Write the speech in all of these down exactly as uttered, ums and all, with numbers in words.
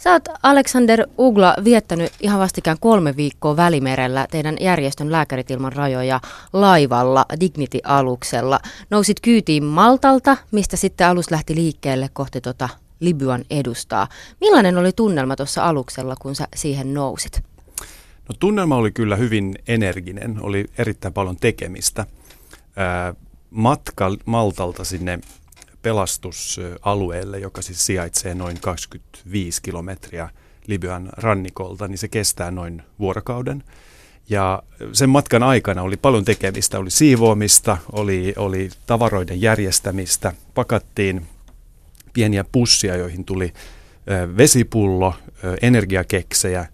Sä oot, Alexander Ugla, viettänyt ihan vastikään kolme viikkoa Välimerellä teidän järjestön Lääkärit ilman rajoja laivalla Dignity-aluksella. Nousit kyytiin Maltalta, mistä sitten alus lähti liikkeelle kohti tota Libyan edustaa. Millainen oli tunnelma tuossa aluksella, kun sä siihen nousit? No, tunnelma oli kyllä hyvin energinen, oli erittäin paljon tekemistä. Ää, matka Maltalta sinne pelastusalueelle, joka siis sijaitsee noin kaksikymmentäviisi kilometriä Libyan rannikolta, niin se kestää noin vuorokauden. Ja sen matkan aikana oli paljon tekemistä, oli siivoamista, oli, oli tavaroiden järjestämistä, pakattiin pieniä pussia, joihin tuli ö, vesipullo, ö, energiakeksejä, ö,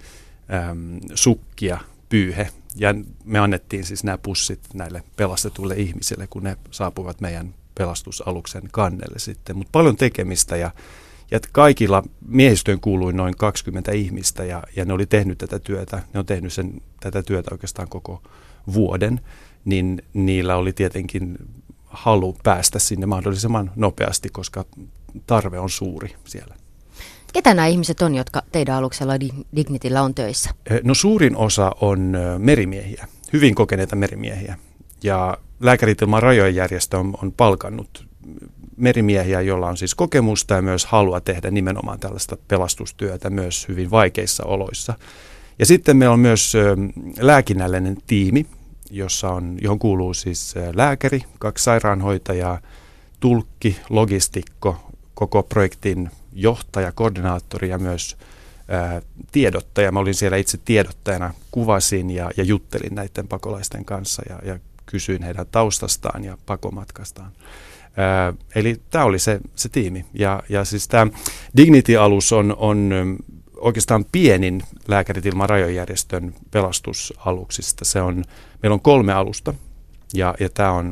sukkia, pyyhe. Ja me annettiin siis nämä pussit näille pelastetuille ihmisille, kun ne saapuivat meidän pelastusaluksen kannelle sitten. Mutta paljon tekemistä ja, ja kaikilla miehistöön kuului noin kaksikymmentä ihmistä ja, ja ne oli tehnyt tätä työtä. Ne on tehnyt sen, tätä työtä oikeastaan koko vuoden, niin niillä oli tietenkin halu päästä sinne mahdollisimman nopeasti, koska tarve on suuri siellä. Ketä nämä ihmiset on, jotka teidän aluksella Dignityllä on töissä? No, suurin osa on merimiehiä, hyvin kokeneita merimiehiä. Ja Lääkärit ilman rajojen järjestö on, on palkannut merimiehiä, joilla on siis kokemusta ja myös halua tehdä nimenomaan tällaista pelastustyötä myös hyvin vaikeissa oloissa. Ja sitten meillä on myös lääkinnällinen tiimi, jossa on, johon kuuluu siis lääkäri, kaksi sairaanhoitajaa, tulkki, logistikko, koko projektin johtaja, koordinaattori ja myös ää, tiedottaja. Mä olin siellä itse tiedottajana, kuvasin ja, ja juttelin näiden pakolaisten kanssa ja, ja kysyin heidän taustastaan ja pakomatkastaan. Ää, eli tämä oli se, se tiimi. Ja, ja siis tämä Dignity-alus on, on oikeastaan pienin Lääkärit ilman rajojen järjestön pelastusaluksista. Se on, meillä on kolme alusta ja, ja tämä on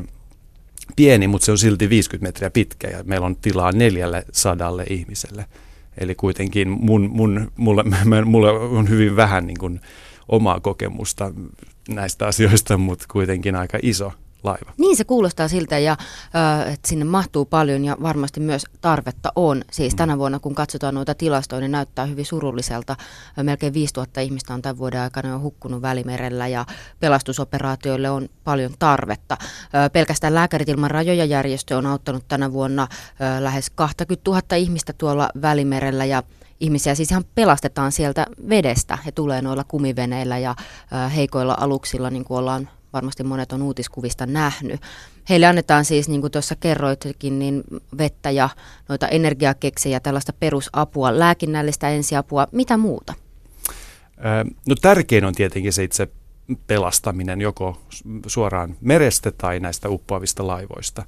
pieni, mutta se on silti viisikymmentä metriä pitkä ja meillä on tilaa neljälle sadalle ihmiselle. Eli kuitenkin mun, mun, mulle, mulle on hyvin vähän niin kuin omaa kokemusta näistä asioista, mutta kuitenkin aika iso laiva. Niin se kuulostaa siltä, ja äh, että sinne mahtuu paljon ja varmasti myös tarvetta on. Siis tänä vuonna, kun katsotaan noita tilastoja, niin näyttää hyvin surulliselta. Melkein viisituhatta ihmistä on tämän vuoden aikana jo hukkunut Välimerellä ja pelastusoperaatioille on paljon tarvetta. Äh, pelkästään Lääkärit ilman rajoja järjestö on auttanut tänä vuonna äh, lähes kaksikymmentätuhatta ihmistä tuolla Välimerellä ja ihmisiä siis ihan pelastetaan sieltä vedestä. He tulee noilla kumiveneillä ja äh, heikoilla aluksilla, niin kuin ollaan varmasti monet on uutiskuvista nähnyt. Heille annetaan siis, niin kuin tuossa kerroitkin, niin vettä ja noita energiakeksejä, tällaista perusapua, lääkinnällistä ensiapua. Mitä muuta? No, tärkein on tietenkin se itse pelastaminen joko suoraan merestä tai näistä uppoavista laivoista.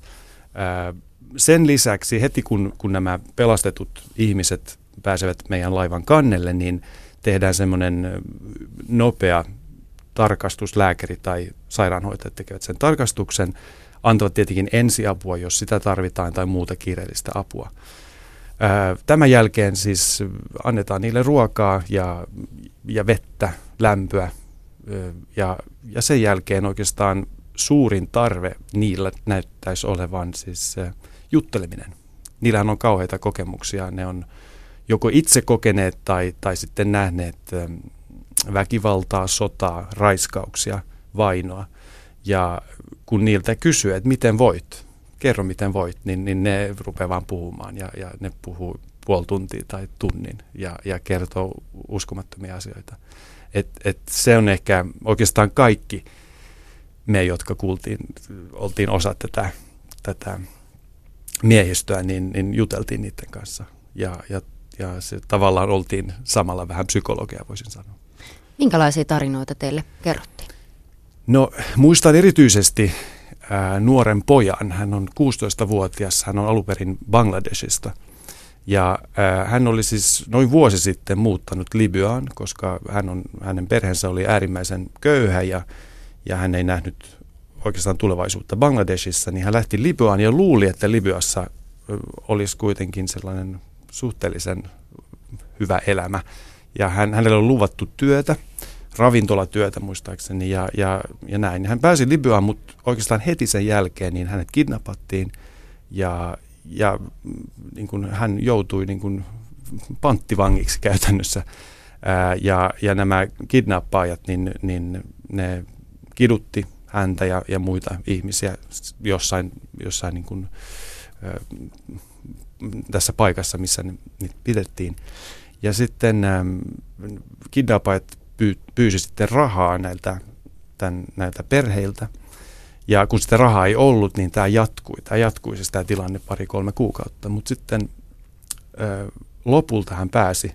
Sen lisäksi heti kun, kun nämä pelastetut ihmiset pääsevät meidän laivan kannelle, niin tehdään semmoinen nopea tarkastuslääkäri tai sairaanhoitajat tekevät sen tarkastuksen, antavat tietenkin ensiapua, jos sitä tarvitaan, tai muuta kiireellistä apua. Tämän jälkeen siis annetaan niille ruokaa ja, ja vettä, lämpöä, ja, ja sen jälkeen oikeastaan suurin tarve niillä näyttäisi olevan siis jutteleminen. Niillähän on kauheita kokemuksia, ne on joko itse kokeneet tai, tai sitten nähneet väkivaltaa, sotaa, raiskauksia, vainoa. Ja kun niiltä kysyy, että miten voit, kerro miten voit, niin, niin ne rupeaa vaan puhumaan ja, ja ne puhuu puoli tuntia tai tunnin ja, ja kertoo uskomattomia asioita. Et, et se on ehkä oikeastaan kaikki me, jotka kuultiin, oltiin osa tätä, tätä miehistöä, niin, niin juteltiin niiden kanssa ja, ja, ja se tavallaan oltiin samalla vähän psykologia, voisin sanoa. Minkälaisia tarinoita teille kerrottiin? No, muistan erityisesti ää, nuoren pojan. Hän on kuusitoistavuotias, hän on alunperin Bangladeshista. Ja ää, hän oli siis noin vuosi sitten muuttanut Libyaan, koska hän on, hänen perheensä oli äärimmäisen köyhä ja, ja hän ei nähnyt oikeastaan tulevaisuutta Bangladeshissa. Niin hän lähti Libyaan ja luuli, että Libyassa olisi kuitenkin sellainen suhteellisen hyvä elämä. Ja hän, hänelle on luvattu työtä, ravintolatyötä muistaakseni ja, ja, ja näin. Hän pääsi Libyaan, mutta oikeastaan heti sen jälkeen niin hänet kidnappattiin ja, ja niin kuin hän joutui niin kuin panttivangiksi käytännössä. Ää, ja, ja nämä kidnappaajat, niin, niin ne kidutti häntä ja, ja muita ihmisiä jossain, jossain niin kuin, ää, tässä paikassa, missä ne, niitä pidettiin. Ja sitten ää, kidnappaajat pyy, pyysi sitten rahaa näiltä, tämän, näiltä perheiltä. Ja kun sitä rahaa ei ollut, niin tämä jatkui. Tämä jatkui siis tämä tilanne pari-kolme kuukautta. Mutta sitten ää, lopulta hän pääsi,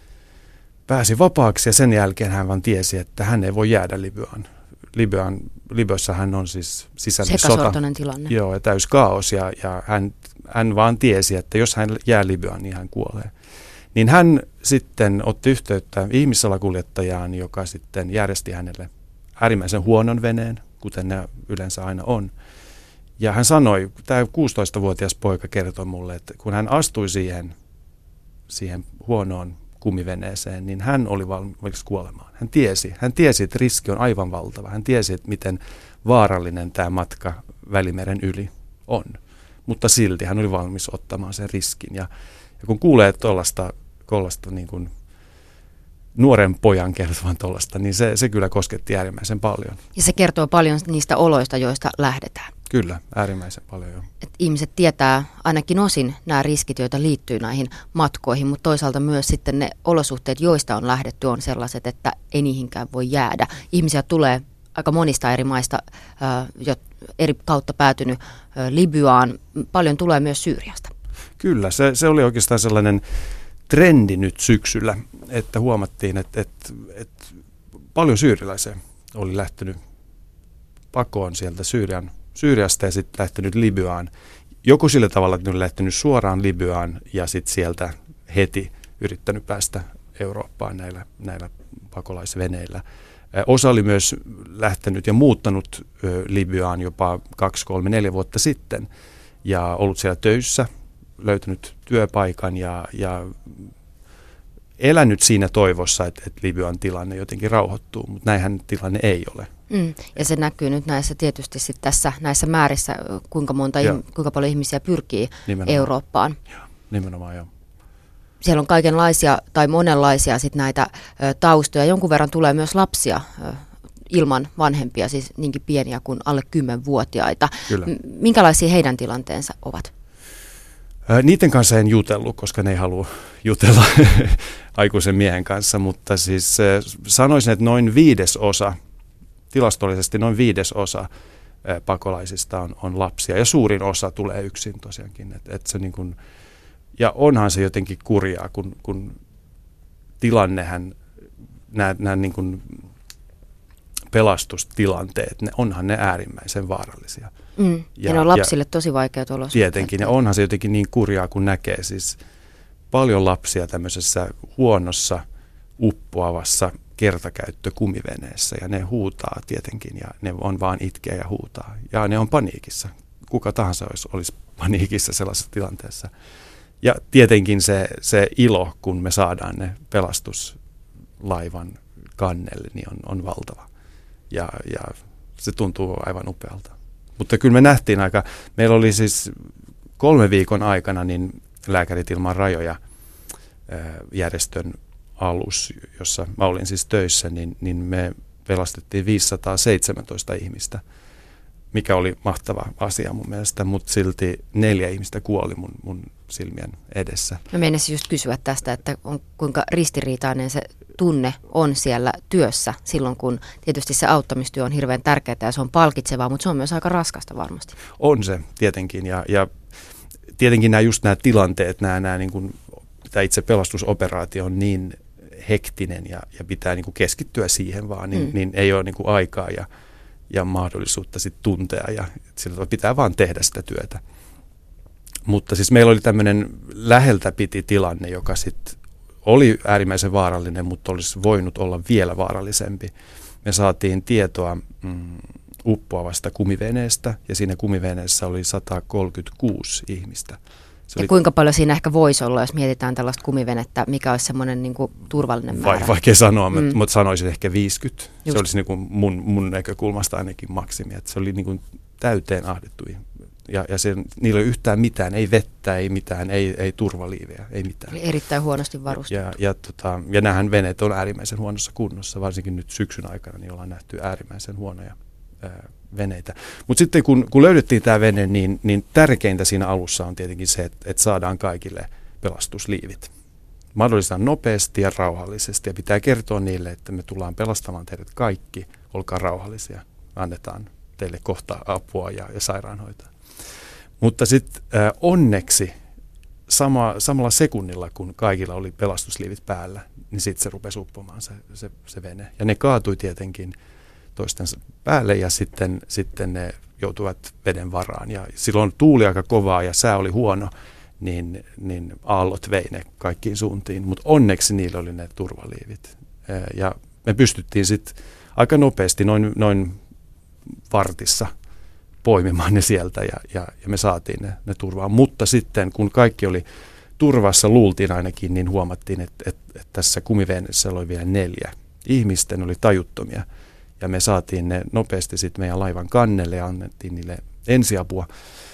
pääsi vapaaksi ja sen jälkeen hän vaan tiesi, että hän ei voi jäädä Libyaan. Libyan, Libyassa hän on siis sisällissota. Sekasortoinen tilanne. Joo, ja täys kaos. Ja, ja hän, hän vaan tiesi, että jos hän jää Libyaan, niin hän kuolee. Niin hän sitten otti yhteyttä ihmissalakuljettajaan, joka sitten järjesti hänelle äärimmäisen huonon veneen, kuten ne yleensä aina on. Ja hän sanoi, tämä kuusitoistavuotias poika kertoi mulle, että kun hän astui siihen, siihen huonoon kumiveneeseen, niin hän oli valmis kuolemaan. Hän tiesi, hän tiesi, että riski on aivan valtava. Hän tiesi, että miten vaarallinen tämä matka Välimeren yli on. Mutta silti hän oli valmis ottamaan sen riskin. Ja, ja kun kuulee tuollaista niin kuin nuoren pojan kertovan tuollaista, niin se, se kyllä kosketti äärimmäisen paljon. Ja se kertoo paljon niistä oloista, joista lähdetään. Kyllä, äärimmäisen paljon jo. Et ihmiset tietää ainakin osin nämä riskit, joita liittyy näihin matkoihin, mutta toisaalta myös sitten ne olosuhteet, joista on lähdetty, on sellaiset, että ei niihinkään voi jäädä. Ihmisiä tulee aika monista eri maista, jo eri kautta päätynyt Libyaan. Paljon tulee myös Syyriasta. Kyllä, se, se oli oikeastaan sellainen trendi nyt syksyllä, että huomattiin, että, että, että paljon syyrialaisia oli lähtenyt pakoon sieltä Syyrian, Syyriasta ja sitten lähtenyt Libyaan. Joku sillä tavalla, että ne oli lähtenyt suoraan Libyaan ja sitten sieltä heti yrittänyt päästä Eurooppaan näillä, näillä pakolaisveneillä. Osa oli myös lähtenyt ja muuttanut Libyaan jopa kaksi, kolme, neljä vuotta sitten ja ollut siellä töissä, löytänyt työpaikan ja, ja elänyt siinä toivossa, että, että Libyan tilanne jotenkin rauhoittuu, mutta näinhän tilanne ei ole. Mm, ja se näkyy nyt näissä tietysti sit tässä näissä määrissä, kuinka, monta, kuinka paljon ihmisiä pyrkii nimenomaan Eurooppaan. Joo, nimenomaan joo. Siellä on kaikenlaisia tai monenlaisia sit näitä ö, taustoja. Jonkun verran tulee myös lapsia ö, ilman vanhempia, siis niinkin pieniä kuin alle kymmenvuotiaita. Kyllä. M- minkälaisia heidän tilanteensa ovat? Niiden kanssa en jutellut, koska ne ei halua jutella aikuisen miehen kanssa, mutta siis sanoisin, että noin viidesosa, tilastollisesti noin viidesosa pakolaisista on, on lapsia ja suurin osa tulee yksin tosiaankin. Et, et se niin kun, ja onhan se jotenkin kurjaa, kun, kun tilannehän, nämä niin kun pelastustilanteet, ne, onhan ne äärimmäisen vaarallisia. Mm, ja, ja ne on lapsille ja, tosi vaikeat olosuhteet. Tietenkin, ja onhan se jotenkin niin kurjaa, kun näkee siis paljon lapsia tämmöisessä huonossa, uppoavassa kertakäyttökumiveneessä, ja ne huutaa tietenkin, ja ne on vaan itkeä ja huutaa. Ja ne on paniikissa. Kuka tahansa olisi, olisi paniikissa sellaisessa tilanteessa. Ja tietenkin se, se ilo, kun me saadaan ne pelastuslaivan kannelle, niin on, on valtava. Ja, ja se tuntuu aivan upealta. Mutta kyllä me nähtiin aika, meillä oli siis kolme viikon aikana niin Lääkärit ilman rajoja järjestön alus, jossa mä olin siis töissä, niin, niin me pelastettiin viisisataaseitsemäntoista ihmistä, mikä oli mahtava asia mun mielestä, mutta silti neljä ihmistä kuoli mun, mun silmien edessä. Mä meinasin just kysyä tästä, että on, kuinka ristiriitainen se tunne on siellä työssä silloin, kun tietysti se auttamistyö on hirveän tärkeää ja se on palkitsevaa, mutta se on myös aika raskasta varmasti. On se tietenkin ja, ja tietenkin nämä just nämä tilanteet, nämä, nämä niin kuin, tämä itse pelastusoperaatio on niin hektinen ja, ja pitää niin kuin keskittyä siihen vaan, niin, mm. niin ei ole niin kuin aikaa ja, ja mahdollisuutta sit tuntea ja sillä pitää vaan tehdä sitä työtä. Mutta siis meillä oli tämmöinen läheltä piti tilanne, joka sitten oli äärimmäisen vaarallinen, mutta olisi voinut olla vielä vaarallisempi. Me saatiin tietoa mm, uppoavasta kumiveneestä ja siinä kumiveneessä oli sata kolmekymmentäkuusi ihmistä. Se ja oli, kuinka paljon siinä ehkä voisi olla, jos mietitään tällaista kumivenettä, mikä olisi semmoinen niin kuin turvallinen määrä? Va- vaikea sanoa, mm. mutta sanoisin ehkä viisikymmentä. Just. Se olisi niin kuin mun, mun näkökulmasta ainakin maksimi. Että se oli niin kuin täyteen ahdettu ja, ja sen, niillä ei ole yhtään mitään, ei vettä, ei mitään, ei, ei turvaliivejä, ei mitään. Eli erittäin huonosti varustettu. Ja, ja, tota, ja nämähän veneet on äärimmäisen huonossa kunnossa, varsinkin nyt syksyn aikana, niin ollaan nähty äärimmäisen huonoja ää, veneitä. Mutta sitten kun, kun löydettiin tämä vene, niin, niin tärkeintä siinä alussa on tietenkin se, että, että saadaan kaikille pelastusliivit. Mahdollisimman nopeasti ja rauhallisesti, ja pitää kertoa niille, että me tullaan pelastamaan teidät kaikki, olkaa rauhallisia, annetaan teille kohta apua ja, ja sairaanhoitoa. Mutta sitten äh, onneksi sama, samalla sekunnilla, kun kaikilla oli pelastusliivit päällä, niin sitten se rupesi uppomaan se, se, se vene. Ja ne kaatui tietenkin toistensa päälle ja sitten, sitten ne joutuivat veden varaan. Ja silloin tuuli aika kovaa ja sää oli huono, niin, niin aallot vei ne kaikkiin suuntiin. Mutta onneksi niillä oli ne turvaliivit. Äh, ja me pystyttiin sitten aika nopeasti, noin, noin vartissa, poimimaan ne sieltä ja, ja, ja me saatiin ne, ne turvaan. Mutta sitten kun kaikki oli turvassa, luultiin ainakin, niin huomattiin, että, että, että tässä kumiveneessä oli vielä neljä ihmistä, ne oli tajuttomia. Ja me saatiin ne nopeasti sitten meidän laivan kannelle ja annettiin niille ensiapua.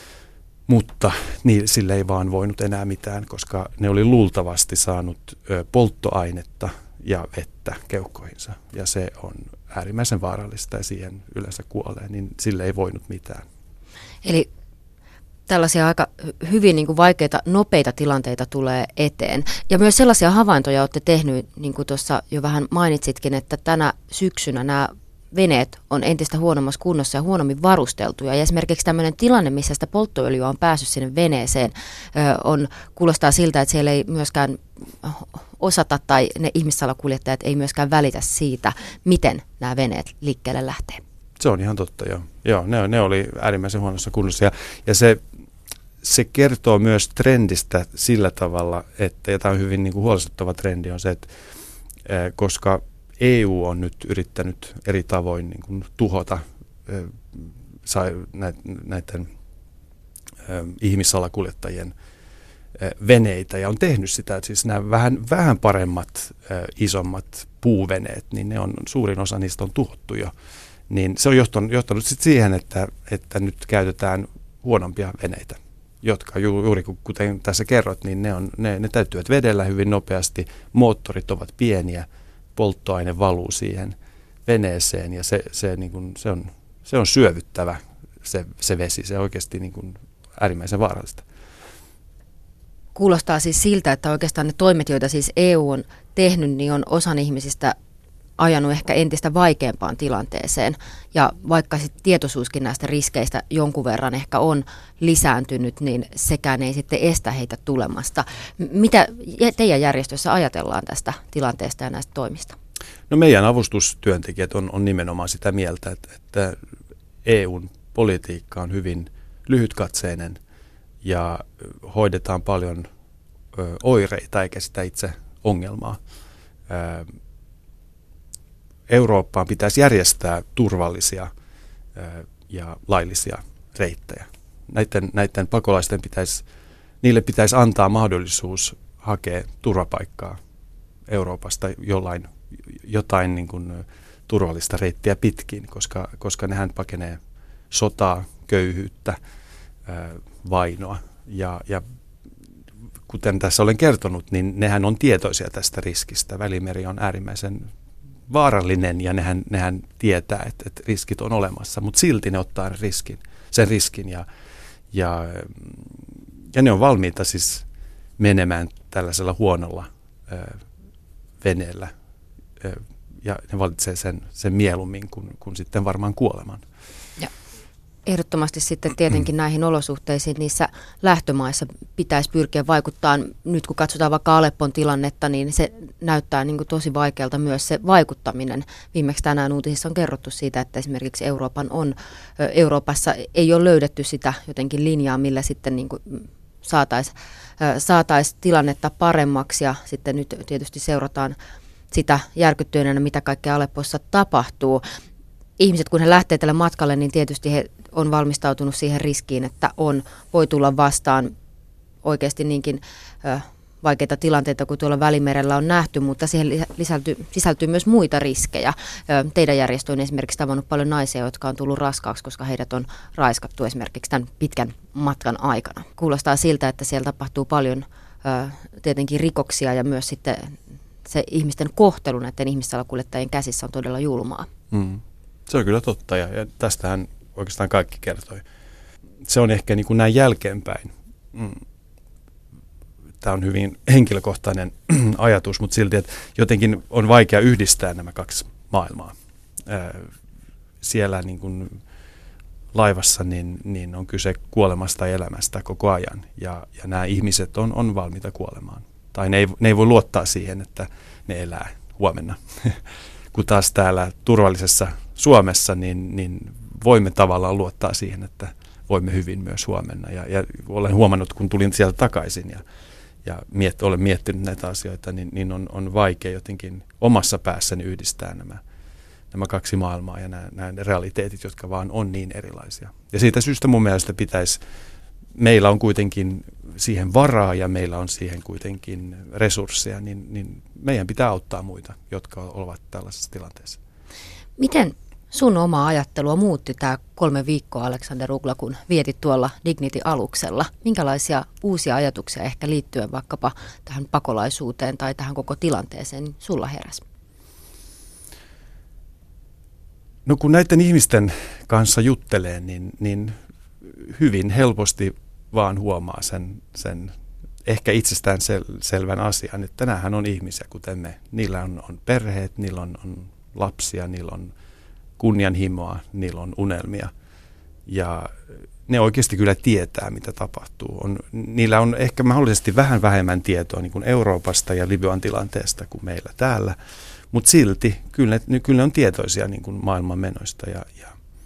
Mutta niin, sille ei vaan voinut enää mitään, koska ne oli luultavasti saanut ö, polttoainetta ja vettä keuhkoihinsa. Ja se on äärimmäisen vaarallista ja siihen yleensä kuolee, niin sille ei voinut mitään. Eli tällaisia aika hyvin niin kuin vaikeita, nopeita tilanteita tulee eteen. Ja myös sellaisia havaintoja olette tehnyt, niin kuin tuossa jo vähän mainitsitkin, että tänä syksynä nämä veneet on entistä huonommassa kunnossa ja huonommin varusteltuja. Ja esimerkiksi tämmöinen tilanne, missä sitä polttoöljyä on päässyt sinne veneeseen, on, kuulostaa siltä, että siellä ei myöskään osata tai ne ihmissalakuljettajat ei myöskään välitä siitä, miten nämä veneet liikkeelle lähtee. Se on ihan totta, joo. joo ne, ne oli äärimmäisen huonossa kunnossa. Ja, ja se, se kertoo myös trendistä sillä tavalla, että, ja tämä on hyvin niin kuin huolestuttava trendi, on se, että koska E U on nyt yrittänyt eri tavoin niin kuin tuhota näiden ihmissalakuljettajien veneitä ja on tehnyt sitä, että siis nämä vähän, vähän paremmat, isommat puuveneet, niin ne on, suurin osa niistä on tuhottu jo. Niin se on johtanut, johtanut sit siihen, että, että nyt käytetään huonompia veneitä, jotka ju, juuri kuten tässä kerrot, niin ne, on, ne, ne täyttyvät vedellä hyvin nopeasti, moottorit ovat pieniä, polttoaine valuu siihen veneeseen ja se, se, niin kuin, se, on, se on syövyttävä se, se vesi, se on oikeasti niin kuin äärimmäisen vaarallista. Kuulostaa siis siltä, että oikeastaan ne toimet, joita siis E U on tehnyt, niin on osan ihmisistä ajanut ehkä entistä vaikeampaan tilanteeseen. Ja vaikka sitten tietoisuuskin näistä riskeistä jonkun verran ehkä on lisääntynyt, niin sekään ei sitten estä heitä tulemasta. Mitä teidän järjestössä ajatellaan tästä tilanteesta ja näistä toimista? No meidän avustustyöntekijät on, on nimenomaan sitä mieltä, että, että E U:n politiikka on hyvin lyhytkatseinen ja hoidetaan paljon ö, oireita eikä sitä itse ongelmaa. Ö, Eurooppaan pitäisi järjestää turvallisia ö, ja laillisia reittejä. Näiden, näiden pakolaisten pitäisi, niille pitäisi antaa mahdollisuus hakea turvapaikkaa Euroopasta jollain, jotain niin kuin turvallista reittiä pitkin, koska, koska nehän pakenee sotaa, köyhyyttä, ö, vainoa. Ja, ja kuten tässä olen kertonut, niin nehän on tietoisia tästä riskistä. Välimeri on äärimmäisen vaarallinen ja nehän, nehän tietää, että, että riskit on olemassa, mutta silti ne ottaa riskin, sen riskin ja, ja, ja ne on valmiita siis menemään tällaisella huonolla ö, veneellä ö, ja ne valitsee sen, sen mieluummin kuin, kuin sitten varmaan kuoleman. Ja ehdottomasti sitten tietenkin näihin olosuhteisiin niissä lähtömaissa pitäisi pyrkiä vaikuttaa. Nyt kun katsotaan vaikka Aleppon tilannetta, niin se näyttää niin kuin tosi vaikealta myös se vaikuttaminen. Viimeksi tänään uutisissa on kerrottu siitä, että esimerkiksi Euroopan on, Euroopassa ei ole löydetty sitä jotenkin linjaa, millä sitten niin kuin saataisiin saatais tilannetta paremmaksi ja sitten nyt tietysti seurataan sitä järkyttyneenä, mitä kaikkea Aleppossa tapahtuu. Ihmiset, kun he lähtee tälle matkalle, niin tietysti he on valmistautunut siihen riskiin, että on, voi tulla vastaan oikeasti niinkin ö, vaikeita tilanteita kuin tuolla Välimerellä on nähty, mutta siihen sisältyy, sisältyy myös muita riskejä. Teidän järjestö on esimerkiksi tavannut paljon naisia, jotka on tullut raskaaksi, koska heidät on raiskattu esimerkiksi tämän pitkän matkan aikana. Kuulostaa siltä, että siellä tapahtuu paljon tietenkin rikoksia ja myös sitten se ihmisten kohtelu näiden ihmissalakuljettajien käsissä on todella julmaa. Mm. Se on kyllä totta ja, ja tästähän oikeastaan kaikki kertoi. Se on ehkä niin kuin näin jälkeenpäin. Mm. Tämä on hyvin henkilökohtainen ajatus, mutta silti, että jotenkin on vaikea yhdistää nämä kaksi maailmaa. Siellä niin kuin laivassa niin, niin on kyse kuolemasta ja elämästä koko ajan ja, ja nämä ihmiset on, on valmiita kuolemaan. Tai ne ei, ne ei voi luottaa siihen, että ne elää huomenna. Kun taas täällä turvallisessa Suomessa, niin, niin voimme tavallaan luottaa siihen, että voimme hyvin myös huomenna. Ja, ja olen huomannut, kun tulin sieltä takaisin ja, ja miet, olen miettinyt näitä asioita, niin, niin on, on vaikea jotenkin omassa päässäni yhdistää nämä, nämä kaksi maailmaa ja nämä, nämä realiteetit, jotka vaan on niin erilaisia. Ja siitä syystä mun mielestä pitäisi, meillä on kuitenkin siihen varaa ja meillä on siihen kuitenkin resursseja, niin, niin meidän pitää auttaa muita, jotka ovat tällaisessa tilanteessa. Miten sun oma ajattelua muutti tämä kolme viikkoa, Alexander Ugla, kun vietit tuolla Dignity-aluksella? Minkälaisia uusia ajatuksia ehkä liittyen vaikkapa tähän pakolaisuuteen tai tähän koko tilanteeseen sulla heräsi? No kun näiden ihmisten kanssa juttelee, niin, niin hyvin helposti vaan huomaa sen, sen ehkä itsestään sel, selvän asian, että näähän on ihmisiä kuten me. Niillä on, on perheet, niillä on, on lapsia, niillä on kunnianhimoa, niillä on unelmia ja ne oikeasti kyllä tietää, mitä tapahtuu. On, niillä on ehkä mahdollisesti vähän vähemmän tietoa niin kuin Euroopasta ja Libyan tilanteesta kuin meillä täällä, mutta silti kyllä ne, kyllä ne on tietoisia niin kuin maailman menoista ja, ja,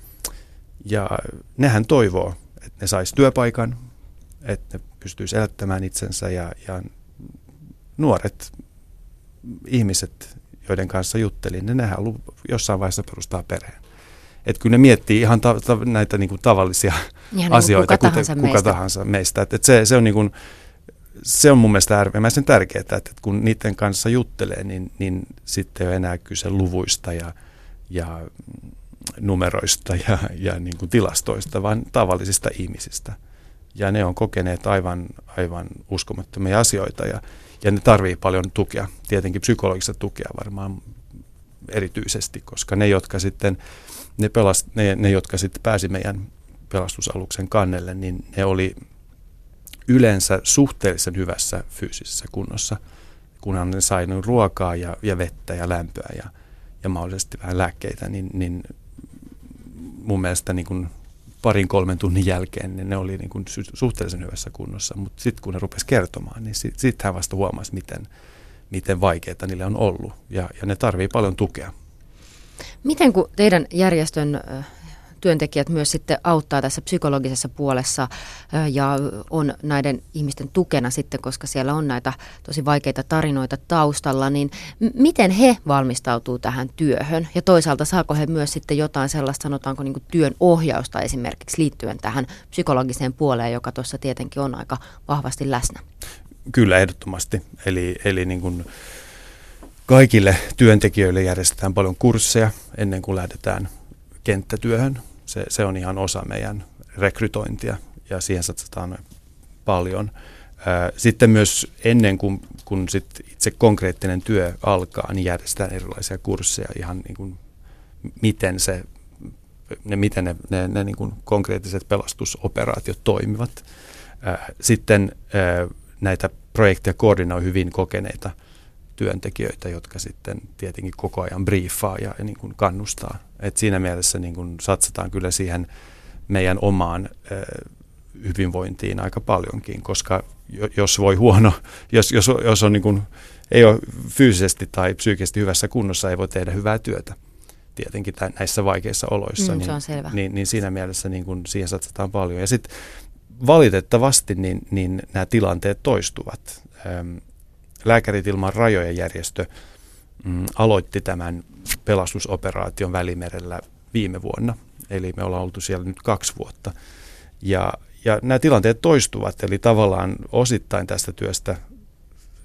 ja nehän toivoo, että ne sais työpaikan, että ne pystyisi elättämään itsensä ja, ja nuoret ihmiset, joiden kanssa juttelin, niin nehän jossain vaiheessa perustaa perheen. Että kyllä ne miettii ihan ta- ta- näitä niin kuin tavallisia ihan asioita, niin kuka, kuten, tahansa kuka meistä. tahansa meistä. Et, et se, se, on niin kuin, se on mun mielestä äärimmäisen tärkeää, että, että kun niiden kanssa juttelee, niin, niin sitten ei ole enää kyse luvuista ja, ja numeroista ja, ja niin kuin tilastoista, vaan tavallisista ihmisistä. Ja ne on kokeneet aivan, aivan uskomattomia asioita ja, ja ne tarvii paljon tukea, tietenkin psykologista tukea varmaan erityisesti, koska ne, jotka sitten, ne, pelast, ne, ne, jotka sitten pääsi meidän pelastusaluksen kannelle, niin ne oli yleensä suhteellisen hyvässä fyysisessä kunnossa, kunhan ne sai ruokaa ja, ja vettä ja lämpöä ja, ja mahdollisesti vähän lääkkeitä, niin, niin mun mielestä niin kuin parin kolmen tunnin jälkeen niin ne oli niin kuin suhteellisen hyvässä kunnossa, mutta sitten kun ne rupesi kertomaan, niin sitten sit hän vasta huomasi, miten, miten vaikeaa niille on ollut ja, ja ne tarvii paljon tukea. Miten kun teidän järjestön työntekijät myös sitten auttaa tässä psykologisessa puolessa ja on näiden ihmisten tukena sitten, koska siellä on näitä tosi vaikeita tarinoita taustalla, niin m- miten he valmistautuu tähän työhön? Ja toisaalta saako he myös sitten jotain sellaista, sanotaanko niin kuin työn ohjausta esimerkiksi liittyen tähän psykologiseen puoleen, joka tuossa tietenkin on aika vahvasti läsnä? Kyllä, ehdottomasti. Eli, eli niin kuin kaikille työntekijöille järjestetään paljon kursseja ennen kuin lähdetään kenttätyöhön. Se, se on ihan osa meidän rekrytointia ja siihen satsataan paljon. Sitten myös ennen kuin kun sit itse konkreettinen työ alkaa, niin järjestetään erilaisia kursseja ihan niin kuin miten, se, ne, miten ne, ne, ne niin kuin konkreettiset pelastusoperaatiot toimivat. Sitten näitä projekteja koordinoi hyvin kokeneita työntekijöitä, jotka sitten tietenkin koko ajan briefaa ja, ja niin kuin kannustaa. Et siinä mielessä niin kuin satsataan kyllä siihen meidän omaan ö, hyvinvointiin aika paljonkin, koska jos voi huono, jos, jos, jos on niin kuin, ei ole fyysisesti tai psyykkisesti hyvässä kunnossa, ei voi tehdä hyvää työtä tietenkin tämän, näissä vaikeissa oloissa. Mm, niin, se on selvä. Niin, niin siinä mielessä niin kuin siihen satsataan paljon. Ja sitten valitettavasti niin, niin nämä tilanteet toistuvat. Öm, Lääkärit ilman rajoja -järjestö mm, aloitti tämän pelastusoperaation Välimerellä viime vuonna. Eli me ollaan oltu siellä nyt kaksi vuotta. Ja, ja nämä tilanteet toistuvat, eli tavallaan osittain tästä työstä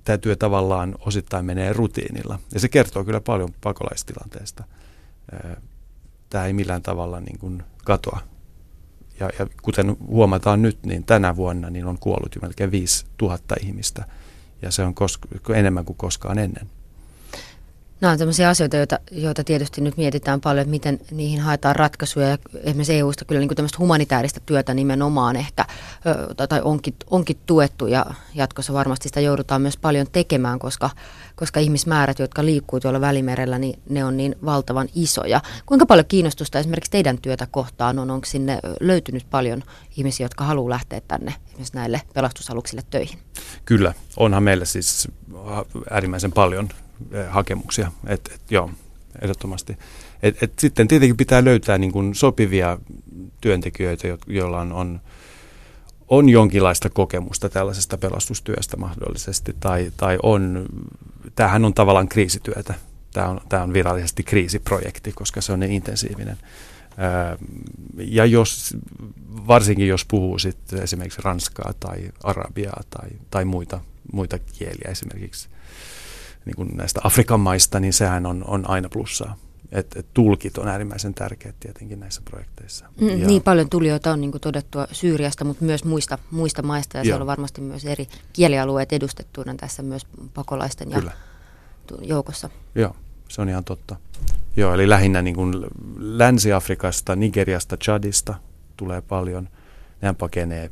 tämä työ tavallaan osittain menee rutiinilla. Ja se kertoo kyllä paljon pakolaistilanteesta. Tämä ei millään tavalla niin kuin katoa. Ja, ja kuten huomataan nyt, niin tänä vuonna niin on kuollut jo melkein viisi tuhatta ihmistä. Ja se on kos- enemmän kuin koskaan ennen. Nämä on sellaisia asioita, joita, joita tietysti nyt mietitään paljon, että miten niihin haetaan ratkaisuja. Ja esimerkiksi E U:sta kyllä niin kuin tämmöistä humanitaarista työtä nimenomaan ehkä, tai onkin, onkin tuettu ja jatkossa varmasti sitä joudutaan myös paljon tekemään, koska, koska ihmismäärät, jotka liikkuu tuolla Välimerellä, niin ne on niin valtavan isoja. Kuinka paljon kiinnostusta esimerkiksi teidän työtä kohtaan on? Onko sinne löytynyt paljon ihmisiä, jotka haluaa lähteä tänne esimerkiksi näille pelastusaluksille töihin? Kyllä, onhan meillä siis äärimmäisen paljon hakemuksia, että et, joo, ehdottomasti. Et, et sitten tietenkin pitää löytää niin kuin sopivia työntekijöitä, jo, joilla on, on, on jonkinlaista kokemusta tällaisesta pelastustyöstä mahdollisesti, tai, tai on, tämähän on tavallaan kriisityötä. Tämä on, tämä on virallisesti kriisiprojekti, koska se on niin intensiivinen. Ja jos, varsinkin jos puhuu sitten esimerkiksi ranskaa tai arabiaa tai, tai muita, muita kieliä esimerkiksi, niin kuin näistä Afrikan maista, niin sehän on, on aina plussaa. Et, et tulkit on äärimmäisen tärkeät tietenkin näissä projekteissa. Mm, ja niin paljon tulijoita on niin kuin todettua Syyriasta, mutta myös muista, muista maista, ja joo. Siellä on varmasti myös eri kielialueet edustettuina tässä myös pakolaisten ja joukossa. Joo, se on ihan totta. Joo, eli lähinnä niin kuin Länsi-Afrikasta, Nigeriasta, Chadista tulee paljon. Nehän pakenee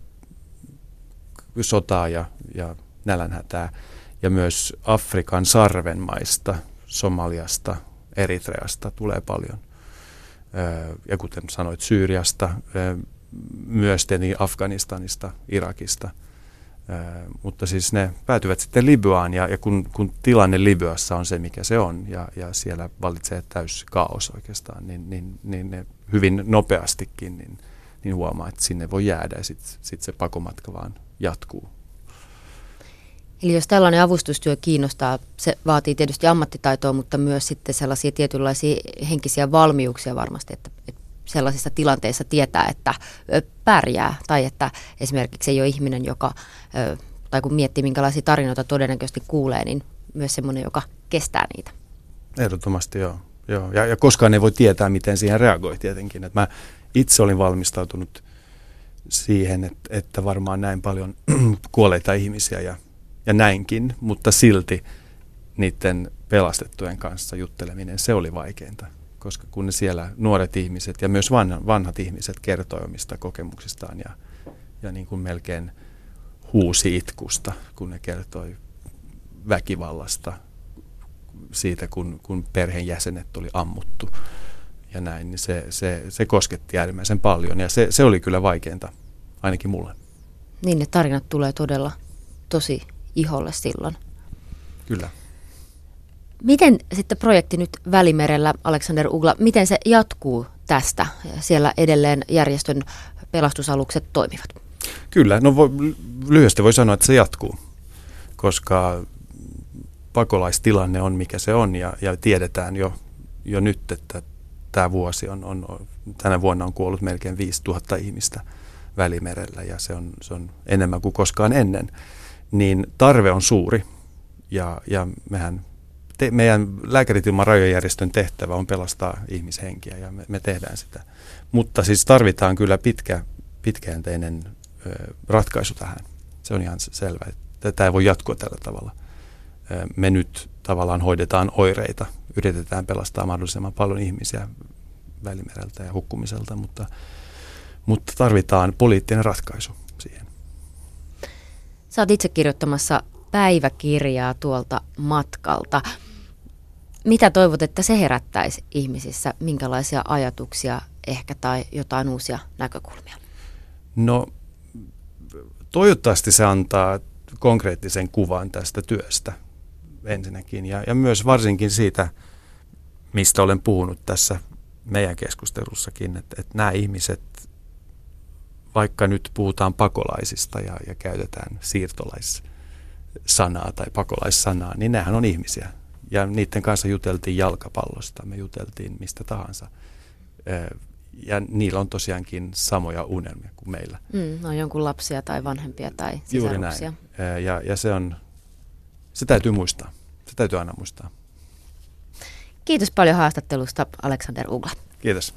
sotaa ja, ja nälänhätää. Ja myös Afrikan sarven maista, Somaliasta, Eritreasta tulee paljon. Ja kuten sanoit, Syyriasta, myös tietenkin Afganistanista, Irakista. Mutta siis ne päätyvät sitten Libyaan, ja, ja kun, kun tilanne Libyassa on se, mikä se on, ja, ja siellä vallitsee täys kaos oikeastaan, niin, niin, niin ne hyvin nopeastikin niin, niin huomaa, että sinne voi jäädä, ja sitten sit se pakomatka vaan jatkuu. Eli jos tällainen avustustyö kiinnostaa, se vaatii tietysti ammattitaitoa, mutta myös sitten sellaisia tietynlaisia henkisiä valmiuksia varmasti, että, että sellaisissa tilanteissa tietää, että pärjää, tai että esimerkiksi ei ole ihminen, joka, tai kun miettii minkälaisia tarinoita todennäköisesti kuulee, niin myös semmoinen, joka kestää niitä. Ehdottomasti joo. joo. Ja, ja koskaan ei voi tietää, miten siihen reagoi tietenkin. Et mä itse olin valmistautunut siihen, että, että varmaan näin paljon kuolleita ihmisiä ja Ja näinkin, mutta silti niiden pelastettujen kanssa jutteleminen, se oli vaikeinta, koska kun ne siellä nuoret ihmiset ja myös vanhat, vanhat ihmiset kertoi omista kokemuksistaan ja, ja niin kuin melkein huusi itkusta, kun ne kertoi väkivallasta siitä, kun, kun perheenjäsenet oli ammuttu ja näin, niin se, se, se kosketti äärimmäisen paljon ja se, se oli kyllä vaikeinta, ainakin mulle. Niin, ne tarinat tulee todella tosi iholle silloin. Kyllä. Miten sitten projekti nyt Välimerellä, Alexander Ugla, miten se jatkuu tästä? Siellä edelleen järjestön pelastusalukset toimivat. Kyllä, no voi, lyhyesti voi sanoa, että se jatkuu, koska pakolaistilanne on mikä se on ja, ja tiedetään jo, jo nyt, että tämä vuosi on, on, tänä vuonna on kuollut melkein viisi tuhatta ihmistä Välimerellä ja se on, se on enemmän kuin koskaan ennen. Niin tarve on suuri ja, ja mehän, te, meidän Lääkärit ilman rajojen järjestön tehtävä on pelastaa ihmishenkiä ja me, me tehdään sitä. Mutta siis tarvitaan kyllä pitkä, pitkäjänteinen ö, ratkaisu tähän. Se on ihan selvä, että tämä ei voi jatkua tällä tavalla. Ö, me nyt tavallaan hoidetaan oireita, yritetään pelastaa mahdollisimman paljon ihmisiä Välimereltä ja hukkumiselta, mutta, mutta tarvitaan poliittinen ratkaisu siihen. Sä oot itse kirjoittamassa päiväkirjaa tuolta matkalta. Mitä toivot, että se herättäisi ihmisissä? Minkälaisia ajatuksia ehkä tai jotain uusia näkökulmia? No toivottavasti se antaa konkreettisen kuvan tästä työstä ensinnäkin ja, ja myös varsinkin siitä, mistä olen puhunut tässä meidän keskustelussakin, että, että nämä ihmiset, vaikka nyt puhutaan pakolaisista ja, ja käytetään siirtolaissanaa tai pakolaissanaa, niin nehän on ihmisiä. Ja niiden kanssa juteltiin jalkapallosta, me juteltiin mistä tahansa. Ja niillä on tosiaankin samoja unelmia kuin meillä. Mm, on jonkun lapsia tai vanhempia tai sisaruksia. Juuri näin. Ja, ja se on, Se täytyy muistaa. Se täytyy aina muistaa. Kiitos paljon haastattelusta, Alexander Ugla. Kiitos.